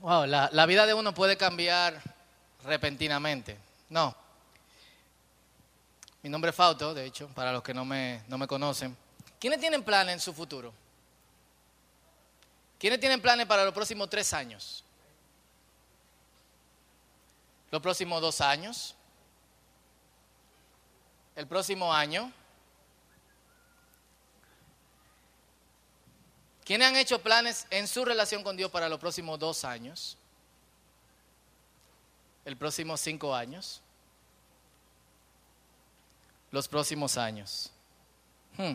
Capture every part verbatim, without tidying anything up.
Wow, la, la vida de uno puede cambiar repentinamente. No. Mi nombre es Fausto, de hecho, para los que no me, no me conocen. ¿Quiénes tienen planes en su futuro? ¿Quiénes tienen planes para los próximos tres años? ¿Los próximos dos años? ¿El próximo año? ¿Quiénes han hecho planes en su relación con Dios para los próximos dos años? ¿El próximo cinco años? Los próximos años. Hmm.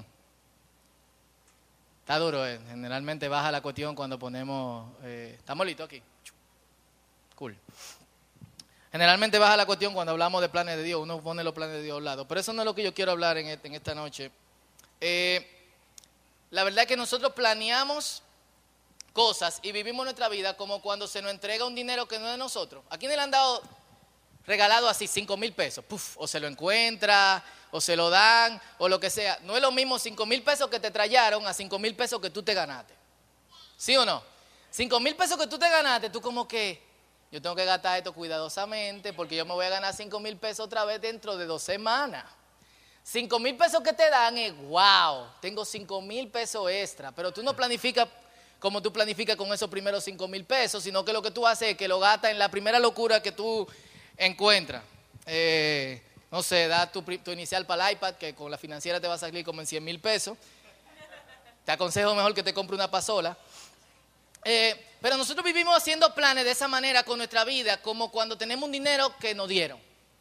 Está duro, eh. Generalmente baja la cuestión cuando ponemos... Eh, ¿Estamos listos aquí? Cool. Generalmente baja la cuestión cuando hablamos de planes de Dios. Uno pone los planes de Dios a un lado. Pero eso no es lo que yo quiero hablar en, este, en esta noche. Eh, la verdad es que nosotros planeamos cosas y vivimos nuestra vida como cuando se nos entrega un dinero que no es de nosotros. ¿A quién le han dado regalado así cinco mil pesos? Puf, o se lo encuentra, o se lo dan, o lo que sea. No es lo mismo cinco mil pesos que te trajeron a cinco mil pesos que tú te ganaste. ¿Sí o no? cinco mil pesos que tú te ganaste, tú como que, yo tengo que gastar esto cuidadosamente porque yo me voy a ganar cinco mil pesos otra vez dentro de dos semanas. cinco mil pesos que te dan es, wow, tengo cinco mil pesos extra, pero tú no planificas como tú planificas con esos primeros cinco mil pesos, sino que lo que tú haces es que lo gastas en la primera locura que tú encuentras. Eh, no sé, da tu, tu inicial para el iPad, que con la financiera te va a salir como en cien mil pesos. Te aconsejo mejor que te compre una pasola. Eh, pero nosotros vivimos haciendo planes de esa manera con nuestra vida, como cuando tenemos un dinero que nos dieron.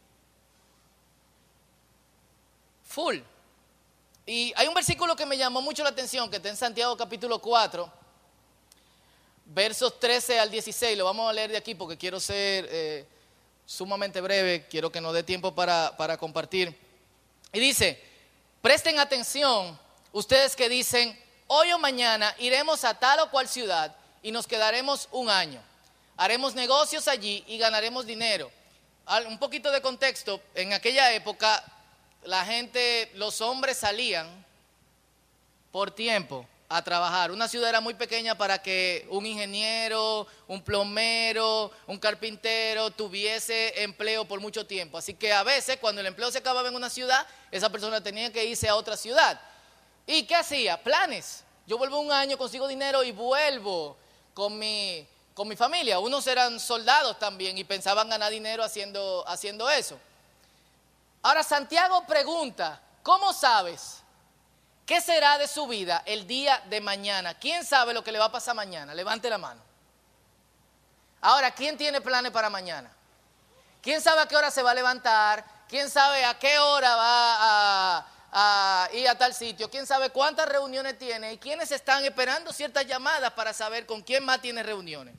Full. Y hay un versículo que me llamó mucho la atención, que está en Santiago capítulo cuatro, versos trece al dieciséis. Lo vamos a leer de aquí porque quiero ser eh, sumamente breve, quiero que nos dé tiempo para, para compartir. Y dice, presten atención ustedes que dicen, hoy o mañana iremos a tal o cual ciudad y nos quedaremos un año. Haremos negocios allí y ganaremos dinero. Un poquito de contexto, en aquella época la gente, los hombres salían por tiempo a trabajar. Una ciudad era muy pequeña para que un ingeniero, un plomero, un carpintero tuviese empleo por mucho tiempo. Así que a veces cuando el empleo se acababa en una ciudad, esa persona tenía que irse a otra ciudad. ¿Y qué hacía? Planes. Yo vuelvo un año, consigo dinero y vuelvo con mi, con mi familia. Unos eran soldados también y pensaban ganar dinero haciendo, haciendo eso. Ahora Santiago pregunta, ¿cómo sabes qué será de su vida el día de mañana? ¿Quién sabe lo que le va a pasar mañana? Levante la mano. Ahora, ¿quién tiene planes para mañana? ¿Quién sabe a qué hora se va a levantar? ¿Quién sabe a qué hora va a, a ir a tal sitio? ¿Quién sabe cuántas reuniones tiene? ¿Y quiénes están esperando ciertas llamadas para saber con quién más tiene reuniones?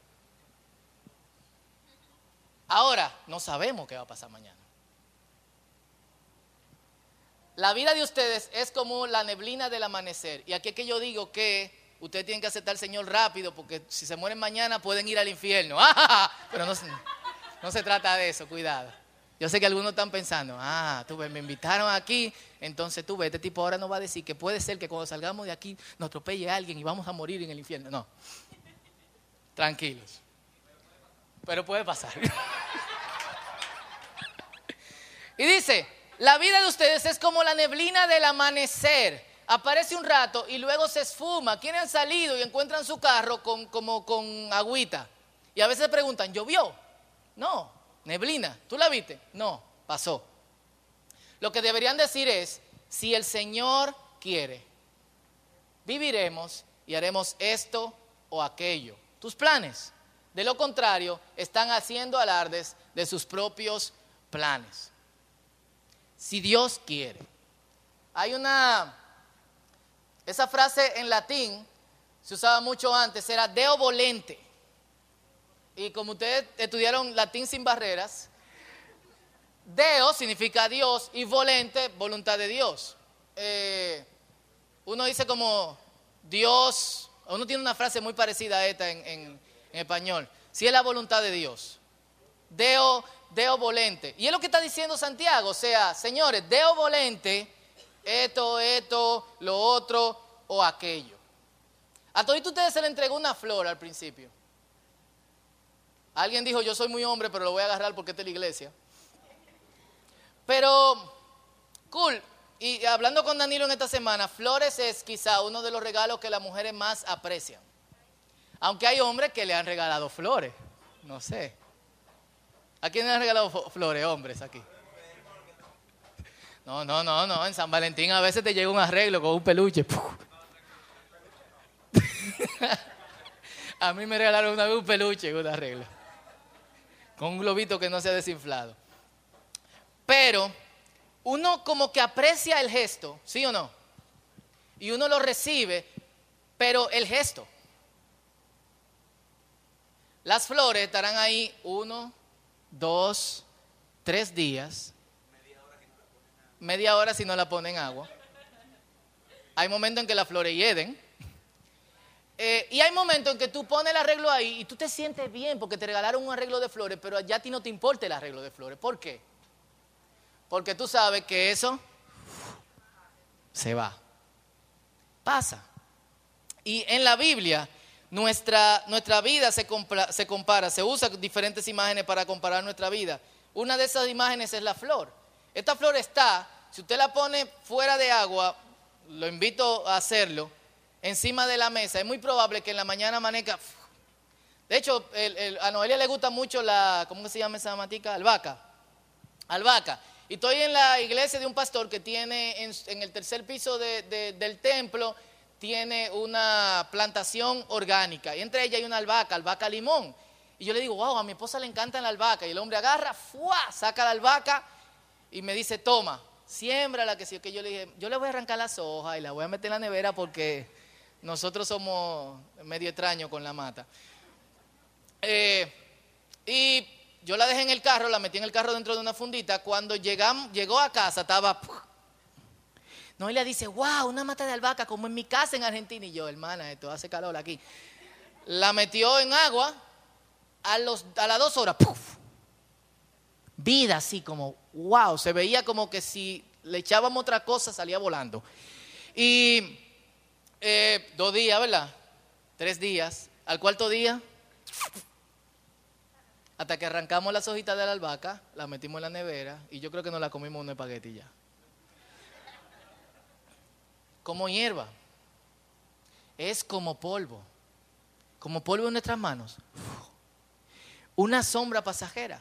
Ahora, no sabemos qué va a pasar mañana. La vida de ustedes es como la neblina del amanecer. Y aquí es que yo digo que ustedes tienen que aceptar al Señor rápido, porque si se mueren mañana pueden ir al infierno. Pero no, no se trata de eso, cuidado. Yo sé que algunos están pensando, ah, tú ves, me invitaron aquí, entonces tú ves, este tipo ahora nos va a decir que puede ser que cuando salgamos de aquí nos atropelle a alguien y vamos a morir en el infierno. No, tranquilos. Pero puede pasar. Y dice, la vida de ustedes es como la neblina del amanecer. Aparece un rato y luego se esfuma. ¿Quiénes han salido y encuentran su carro con, como con agüita? Y a veces preguntan, ¿llovió? No, neblina. ¿Tú la viste? No, pasó. Lo que deberían decir es, si el Señor quiere, viviremos y haremos esto o aquello. Tus planes. De lo contrario, están haciendo alardes de sus propios planes. Si Dios quiere. Hay una, esa frase en latín se usaba mucho antes, era Deo volente. Y como ustedes estudiaron latín sin barreras, Deo significa Dios y volente, voluntad de Dios. Eh, uno dice como Dios, uno tiene una frase muy parecida a esta en, en, en español. Si es la voluntad de Dios. Deo Deo volente. Y es lo que está diciendo Santiago. O sea, señores, Deo volente, esto, esto, lo otro o aquello. A todos ustedes se le entregó una flor al principio. Alguien dijo, yo soy muy hombre, pero lo voy a agarrar porque esta es la iglesia. Pero, cool. Y hablando con Danilo en esta semana, flores es quizá uno de los regalos que las mujeres más aprecian. Aunque hay hombres que le han regalado flores. No sé. ¿A quién le han regalado flores, hombres, aquí? No, no, no, no. En San Valentín a veces te llega un arreglo con un peluche. A mí me regalaron una vez un peluche con un arreglo. Con un globito que no se ha desinflado. Pero uno como que aprecia el gesto, ¿sí o no? Y uno lo recibe, pero el gesto. Las flores estarán ahí uno, dos, tres días. Media hora si no la ponen en agua. Hay momentos en que las flores hieden. Eh, y hay momentos en que tú pones el arreglo ahí y tú te sientes bien porque te regalaron un arreglo de flores, pero ya a ti no te importa el arreglo de flores. ¿Por qué? Porque tú sabes que eso se va. Pasa. Y en la Biblia, nuestra, nuestra vida se, compara, se compara, se usa diferentes imágenes para comparar nuestra vida. Una de esas imágenes es la flor. Esta flor está, si usted la pone fuera de agua, lo invito a hacerlo, encima de la mesa, es muy probable que en la mañana amanezca. De hecho, el, el, a Noelia le gusta mucho la, ¿cómo se llama esa matica? Albahaca. Albahaca. Y estoy en la iglesia de un pastor que tiene en, en el tercer piso de, de, del templo, tiene una plantación orgánica. Y entre ellas hay una albahaca, albahaca limón. Y yo le digo, wow, a mi esposa le encanta la albahaca. Y el hombre agarra, ¡fua!, saca la albahaca y me dice, toma, siémbrala. Que sí, que yo le dije, yo le voy a arrancar las hojas y la voy a meter en la nevera porque nosotros somos medio extraños con la mata. Eh, y yo la dejé en el carro, la metí en el carro dentro de una fundita. Cuando llegamos, llegó a casa, estaba... Noelia dice, wow, una mata de albahaca como en mi casa en Argentina. Y yo, hermana, esto hace calor aquí. La metió en agua, a, los, a las dos horas, ¡puf! Vida así como, wow, se veía como que si le echábamos otra cosa salía volando. Y eh, dos días, ¿verdad? Tres días. Al cuarto día, hasta que arrancamos las hojitas de la albahaca, la metimos en la nevera y yo creo que nos la comimos un espagueti ya. Como hierba. Es como polvo. Como polvo en nuestras manos. Una sombra pasajera.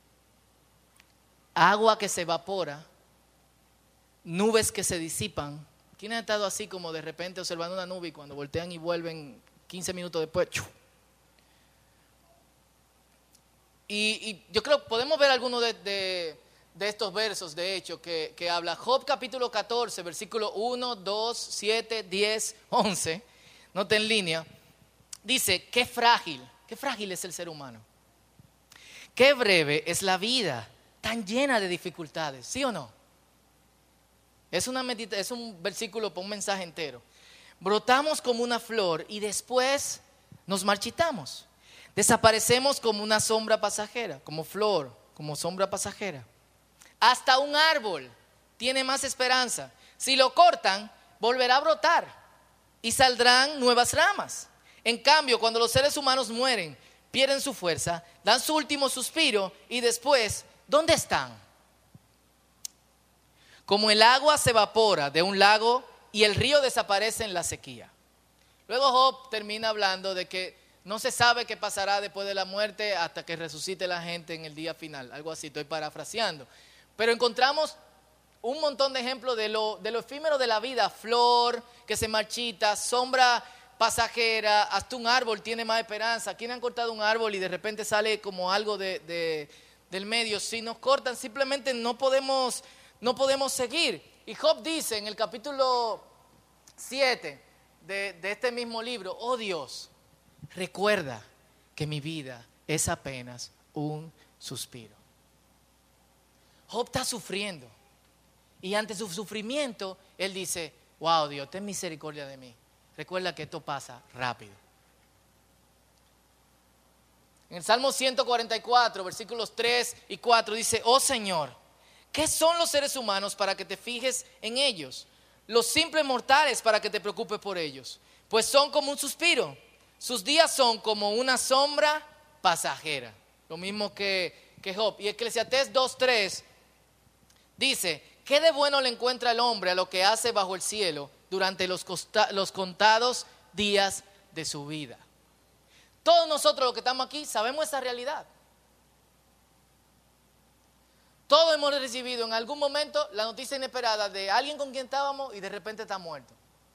Agua que se evapora. Nubes que se disipan. ¿Quién ha estado así como de repente observando una nube y cuando voltean y vuelven quince minutos después? ¡Chu! Y, y yo creo que podemos ver algunos de, de, de estos versos, de hecho, que, que habla. Job capítulo catorce, versículo uno, dos, siete, diez, once. Note en línea. Dice, qué frágil, qué frágil es el ser humano. Qué breve es la vida, tan llena de dificultades, ¿sí o no? Es, una medita, es un versículo para un mensaje entero. Brotamos como una flor y después nos marchitamos. Desaparecemos como una sombra pasajera, como flor, como sombra pasajera. Hasta un árbol tiene más esperanza. Si lo cortan, volverá a brotar y saldrán nuevas ramas. En cambio, cuando los seres humanos mueren, pierden su fuerza, dan su último suspiro y después, ¿dónde están? Como el agua se evapora de un lago y el río desaparece en la sequía. Luego Job termina hablando de que no se sabe qué pasará después de la muerte hasta que resucite la gente en el día final. Algo así, estoy parafraseando. Pero encontramos un montón de ejemplos de lo, de lo efímero de la vida. Flor que se marchita, sombra pasajera, hasta un árbol tiene más esperanza. ¿Quién han cortado un árbol y de repente sale como algo de, de, del medio? Si nos cortan, simplemente no podemos, no podemos seguir. Y Job dice en el capítulo siete de, de este mismo libro, oh Dios, recuerda que mi vida es apenas un suspiro. Job está sufriendo y ante su sufrimiento él dice, wow, Dios, ten misericordia de mí. Recuerda que esto pasa rápido. En el Salmo ciento cuarenta y cuatro, versículos tres y cuatro dice, oh Señor, ¿qué son los seres humanos para que te fijes en ellos? Los simples mortales para que te preocupes por ellos. Pues son como un suspiro. Sus días son como una sombra pasajera. Lo mismo que, que Job. Y Eclesiastés dos tres dice, ¿qué de bueno le encuentra el hombre a lo que hace bajo el cielo durante los, costa, los contados días de su vida? Todos nosotros los que estamos aquí sabemos esa realidad. Todos hemos recibido en algún momento la noticia inesperada de alguien con quien estábamos y de repente está muerto.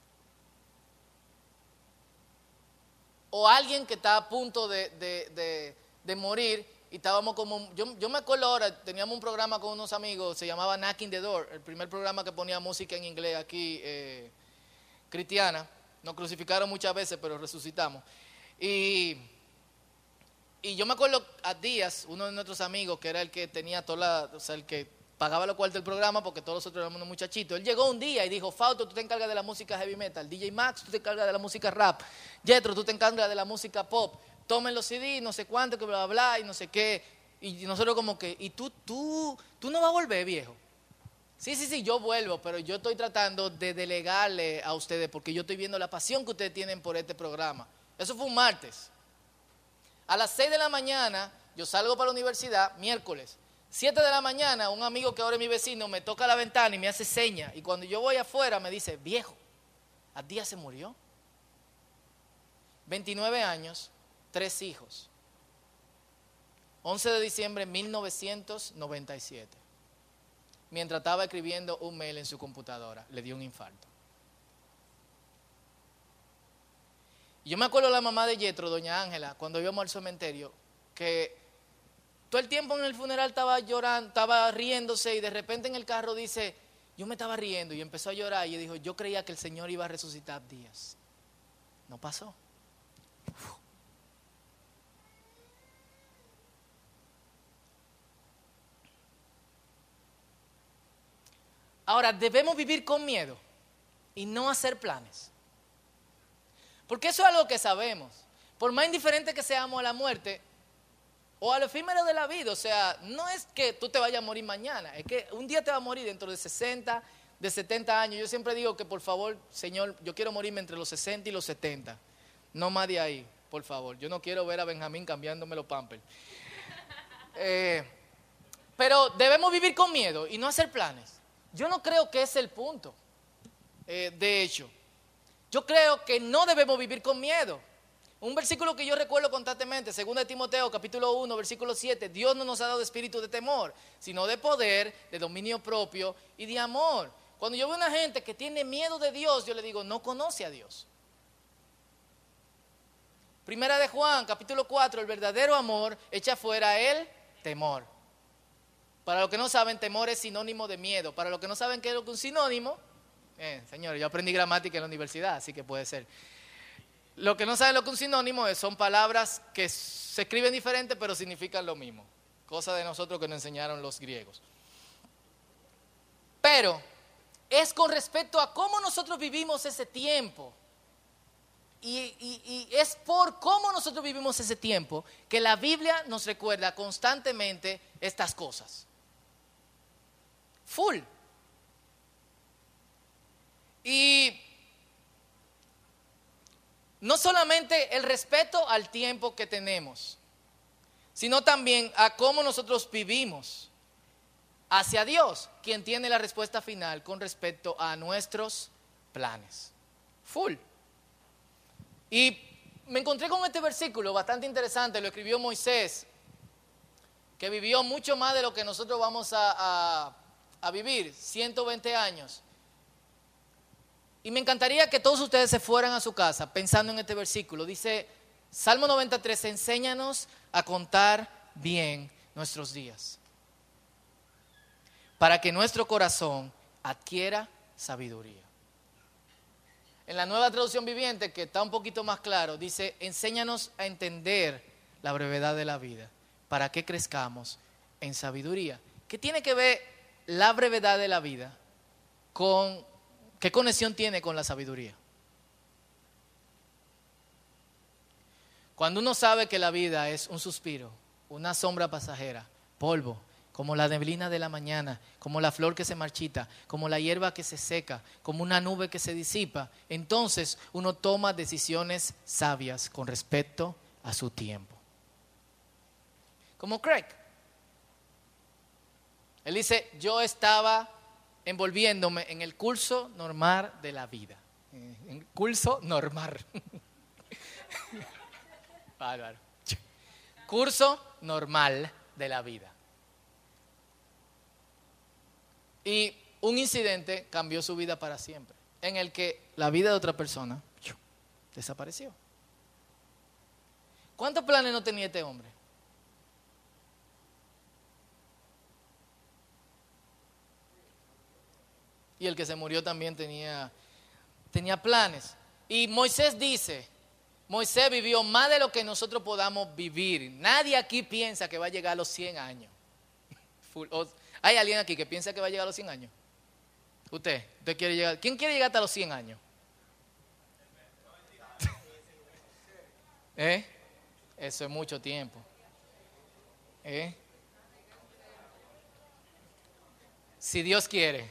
O alguien que está a punto de, de, de, de morir y estábamos como... Yo, yo me acuerdo ahora, teníamos un programa con unos amigos, se llamaba Knocking the Door, el primer programa que ponía música en inglés aquí, eh, cristiana. Nos crucificaron muchas veces, pero resucitamos. Y... Y yo me acuerdo a Díaz, uno de nuestros amigos, que era el que tenía toda la, o sea, el que pagaba los cuartos del programa, porque todos nosotros éramos unos muchachitos. Él llegó un día y dijo, Fausto, tú te encargas de la música heavy metal. D J Max, tú te encargas de la música rap. Jethro, tú te encargas de la música pop. Tomen los C D, no sé cuánto, que bla, bla, bla, y no sé qué. Y nosotros como que, ¿y tú, tú, tú no vas a volver, viejo? Sí, sí, sí, yo vuelvo, pero yo estoy tratando de delegarle a ustedes, porque yo estoy viendo la pasión que ustedes tienen por este programa. Eso fue un martes. A las seis de la mañana, yo salgo para la universidad, miércoles. siete de la mañana, un amigo que ahora es mi vecino me toca la ventana y me hace señas. Y cuando yo voy afuera me dice, viejo, ¿a día se murió? veintinueve años, tres hijos. once de diciembre de mil novecientos noventa y siete. Mientras estaba escribiendo un mail en su computadora, le dio un infarto. Yo me acuerdo de la mamá de Jethro, doña Ángela, cuando íbamos al cementerio, que todo el tiempo en el funeral estaba llorando, estaba riéndose y de repente en el carro dice, yo me estaba riendo y empezó a llorar y dijo, yo creía que el Señor iba a resucitar días. No pasó. Uf. Ahora, debemos vivir con miedo y no hacer planes. Porque eso es algo que sabemos. Por más indiferente que seamos a la muerte o a lo efímero de la vida, o sea, no es que tú te vayas a morir mañana, es que un día te vas a morir dentro de sesenta, de setenta años. Yo siempre digo que por favor, Señor, yo quiero morirme entre los sesenta y los setenta. No más de ahí, por favor. Yo no quiero ver a Benjamín cambiándome los pampers. Eh, pero debemos vivir con miedo y no hacer planes. Yo no creo que ese es el punto. Eh, de hecho, yo creo que no debemos vivir con miedo. Un versículo que yo recuerdo constantemente, segunda de Timoteo, capítulo uno, versículo siete. Dios no nos ha dado espíritu de temor, sino de poder, de dominio propio y de amor. Cuando yo veo una gente que tiene miedo de Dios, yo le digo, no conoce a Dios. Primera de Juan, capítulo cuatro, el verdadero amor echa fuera el temor. Para los que no saben, temor es sinónimo de miedo. Para los que no saben qué es lo que es un sinónimo, Eh, señores, yo aprendí gramática en la universidad, así que puede ser. Lo que no saben lo que es un sinónimo es, son palabras que se escriben diferente, pero significan lo mismo. Cosa de nosotros que nos enseñaron los griegos. Pero es con respecto a cómo nosotros vivimos ese tiempo. Y, y, y es por cómo nosotros vivimos ese tiempo que la Biblia nos recuerda constantemente estas cosas. Full. Y no solamente el respeto al tiempo que tenemos, sino también a cómo nosotros vivimos hacia Dios, quien tiene la respuesta final con respecto a nuestros planes. Full. Y me encontré con este versículo bastante interesante, lo escribió Moisés, que vivió mucho más de lo que nosotros vamos a, a, a vivir, ciento veinte años. Y me encantaría que todos ustedes se fueran a su casa pensando en este versículo. Dice, Salmo noventa y tres, enséñanos a contar bien nuestros días, para que nuestro corazón adquiera sabiduría. En la Nueva Traducción Viviente, que está un poquito más claro, dice, enséñanos a entender la brevedad de la vida, para que crezcamos en sabiduría. ¿Qué tiene que ver la brevedad de la vida con... ¿Qué conexión tiene con la sabiduría? Cuando uno sabe que la vida es un suspiro, una sombra pasajera, polvo, como la neblina de la mañana, como la flor que se marchita, como la hierba que se seca, como una nube que se disipa, entonces uno toma decisiones sabias con respecto a su tiempo. como Craig. Él dice, yo estaba envolviéndome en el curso normal de la vida. En el curso normal. Bárbaro. Curso normal de la vida. Y un incidente cambió su vida para siempre, en el que la vida de otra persona desapareció. ¿Cuántos planes no tenía este hombre? Y el que se murió también tenía, tenía planes. Y Moisés dice, Moisés vivió más de lo que nosotros podamos vivir. Nadie aquí piensa que va a llegar a los cien años. ¿Hay alguien aquí que piensa que va a llegar a los cien años? Usted, usted quiere llegar. ¿Quién quiere llegar hasta los cien años? ¿Eh? Eso es mucho tiempo. ¿Eh? Si Dios quiere.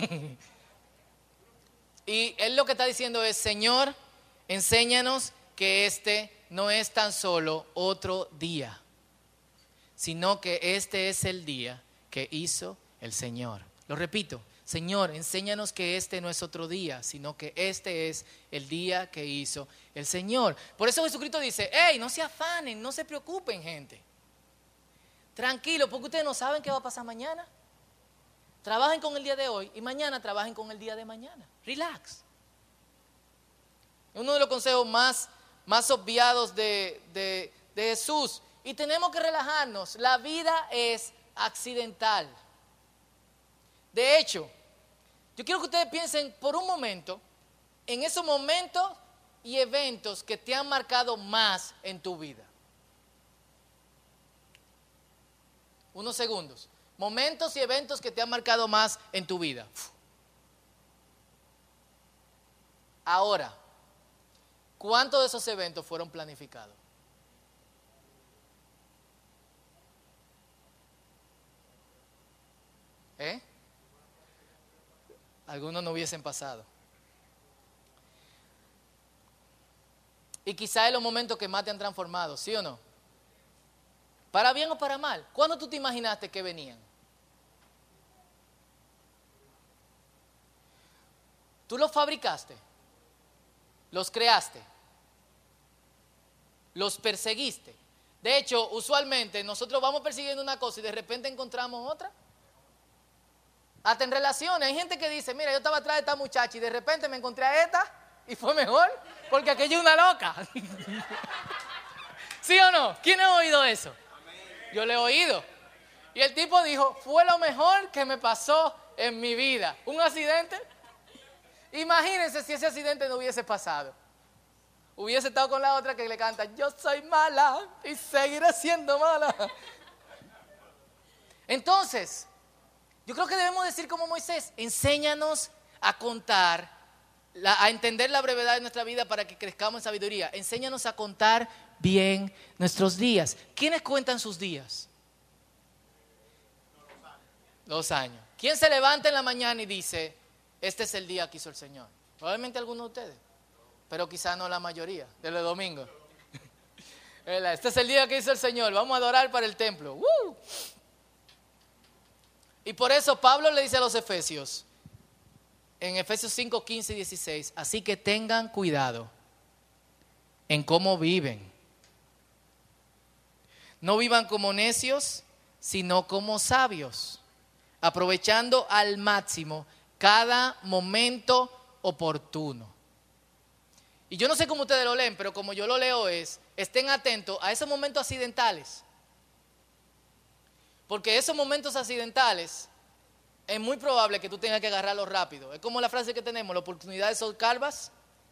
Y él lo que está diciendo es, Señor, enséñanos que este no es tan solo otro día, sino que este es el día que hizo el Señor. Lo repito, Señor, enséñanos que este no es otro día, sino que este es el día que hizo el Señor. Por eso Jesucristo dice, hey, no se afanen, no se preocupen, gente. Tranquilo, porque ustedes no saben qué va a pasar mañana. Trabajen con el día de hoy y mañana trabajen con el día de mañana. Relax. Uno de los consejos más, más obviados de, de, de Jesús. Y tenemos que relajarnos. La vida es accidental. De hecho, yo quiero que ustedes piensen por un momento en esos momentos y eventos que te han marcado más en tu vida. Unos segundos. Momentos y eventos que te han marcado más en tu vida. Ahora, ¿cuántos de esos eventos fueron planificados? ¿Eh? Algunos no hubiesen pasado. Y quizá es los momentos que más te han transformado, ¿sí o no? ¿Para bien o para mal? ¿Cuándo tú te imaginaste que venían? ¿Tú los fabricaste? ¿Los creaste? ¿Los perseguiste? De hecho, usualmente nosotros vamos persiguiendo una cosa y de repente encontramos otra. Hasta en relaciones, hay gente que dice, mira, yo estaba atrás de esta muchacha y de repente me encontré a esta y fue mejor, porque aquella es una loca. ¿Sí o no? ¿Quién ha oído eso? Yo le he oído. Y el tipo dijo, fue lo mejor que me pasó en mi vida. ¿Un accidente? Imagínense si ese accidente no hubiese pasado. Hubiese estado con la otra que le canta, yo soy mala y seguiré siendo mala. Entonces, yo creo que debemos decir como Moisés, enséñanos a contar, la, a entender la brevedad de nuestra vida para que crezcamos en sabiduría. Enséñanos a contar bien nuestros días. ¿Quiénes cuentan sus días? Los años. ¿Quién se levanta en la mañana y dice, este es el día que hizo el Señor? Probablemente algunos de ustedes, pero quizá no la mayoría de los domingos. Este es el día que hizo el Señor, vamos a adorar para el templo. ¡Woo! Y por eso Pablo le dice a los Efesios, en Efesios cinco, quince y dieciséis, así que tengan cuidado en cómo viven. No vivan como necios, sino como sabios, aprovechando al máximo cada momento oportuno. Y yo no sé cómo ustedes lo leen, pero como yo lo leo es, estén atentos a esos momentos accidentales. Porque esos momentos accidentales es muy probable que tú tengas que agarrarlos rápido. Es como la frase que tenemos, las oportunidades son calvas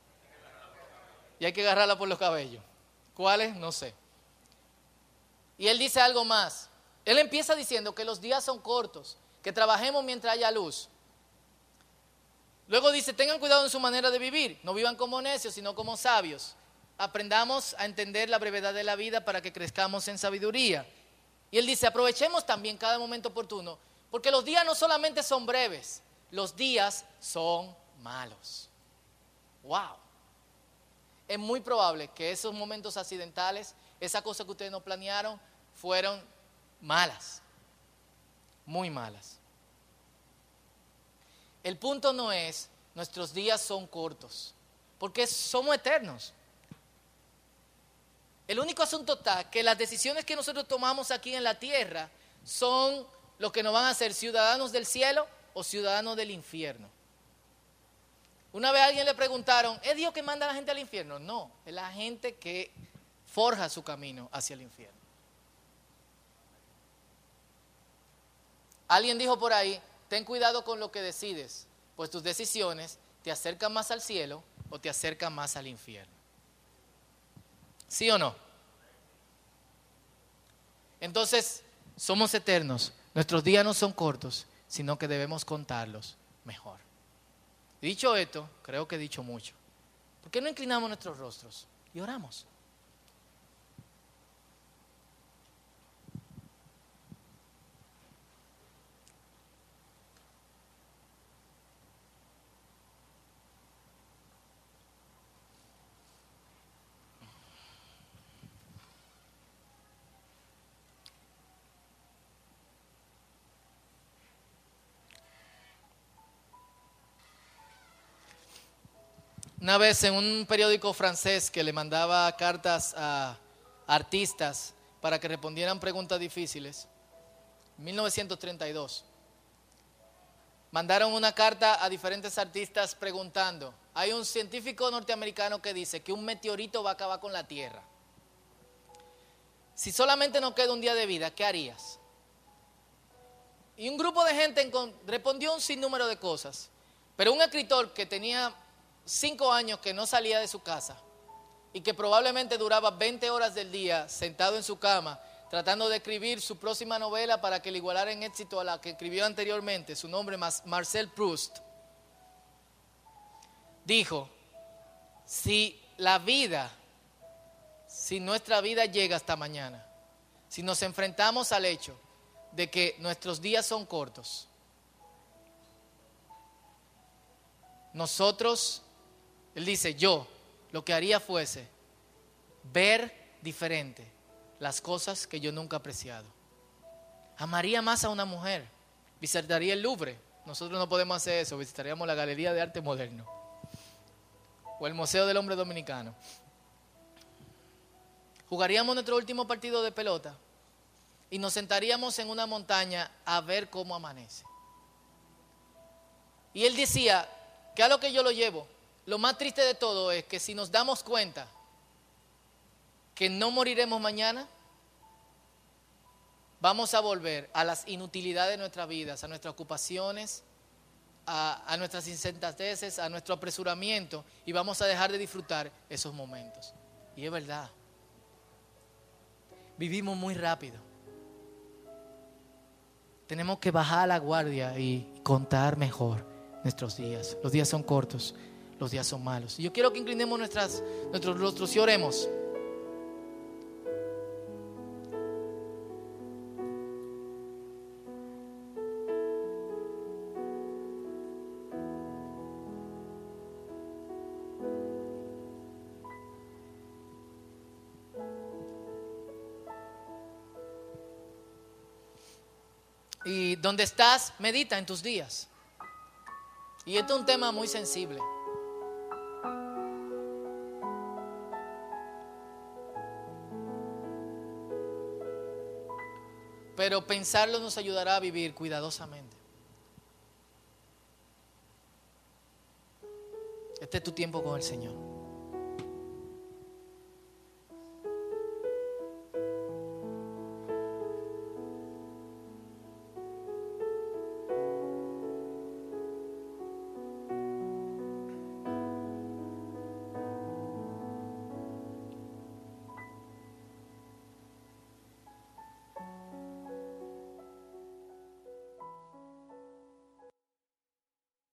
y hay que agarrarla por los cabellos. ¿Cuáles? No sé. Y él dice algo más. Él empieza diciendo que los días son cortos, que trabajemos mientras haya luz. Luego dice, tengan cuidado en su manera de vivir, no vivan como necios, sino como sabios. Aprendamos a entender la brevedad de la vida para que crezcamos en sabiduría. Y él dice, aprovechemos también cada momento oportuno, porque los días no solamente son breves, los días son malos. ¡Wow! Es muy probable que esos momentos accidentales, esa cosa que ustedes no planearon, fueron malas, muy malas. El punto no es, nuestros días son cortos, porque somos eternos. El único asunto está que las decisiones que nosotros tomamos aquí en la tierra son los que nos van a hacer ciudadanos del cielo o ciudadanos del infierno. Una vez a alguien le preguntaron, ¿es Dios que manda a la gente al infierno? No, es la gente que forja su camino hacia el infierno. Alguien dijo por ahí, ten cuidado con lo que decides, pues tus decisiones te acercan más al cielo o te acercan más al infierno. ¿Sí o no? Entonces, somos eternos, nuestros días no son cortos, sino que debemos contarlos mejor. Dicho esto, creo que he dicho mucho. ¿Por qué no inclinamos nuestros rostros y oramos? Una vez en un periódico francés que le mandaba cartas a artistas para que respondieran preguntas difíciles, en mil novecientos treinta y dos, mandaron una carta a diferentes artistas preguntando, hay un científico norteamericano que dice que un meteorito va a acabar con la Tierra. Si solamente nos queda un día de vida, ¿qué harías? Y un grupo de gente respondió un sinnúmero de cosas, pero un escritor que tenía cinco años que no salía de su casa y que probablemente duraba veinte horas del día sentado en su cama tratando de escribir su próxima novela para que le igualara en éxito a la que escribió anteriormente, su nombre es Marcel Proust, dijo, si la vida, si nuestra vida llega hasta mañana, si nos enfrentamos al hecho de que nuestros días son cortos, nosotros, él dice, yo lo que haría fuese ver diferente las cosas que yo nunca he apreciado. Amaría más a una mujer, visitaría el Louvre. Nosotros no podemos hacer eso, visitaríamos la Galería de Arte Moderno o el Museo del Hombre Dominicano. Jugaríamos nuestro último partido de pelota y nos sentaríamos en una montaña a ver cómo amanece. Y él decía, que a lo que yo lo llevo, lo más triste de todo es que si nos damos cuenta que no moriremos mañana, vamos a volver a las inutilidades de nuestras vidas, a nuestras ocupaciones, a, a nuestras insensateces, a nuestro apresuramiento, y vamos a dejar de disfrutar esos momentos. Y es verdad, vivimos muy rápido. Tenemos que bajar la guardia y contar mejor nuestros días. Los días son cortos, los días son malos. Y yo quiero que inclinemos nuestras, nuestros rostros y oremos. Y donde estás, medita en tus días. Y esto es un tema muy sensible. Pero pensarlo nos ayudará a vivir cuidadosamente. Este es tu tiempo con el Señor.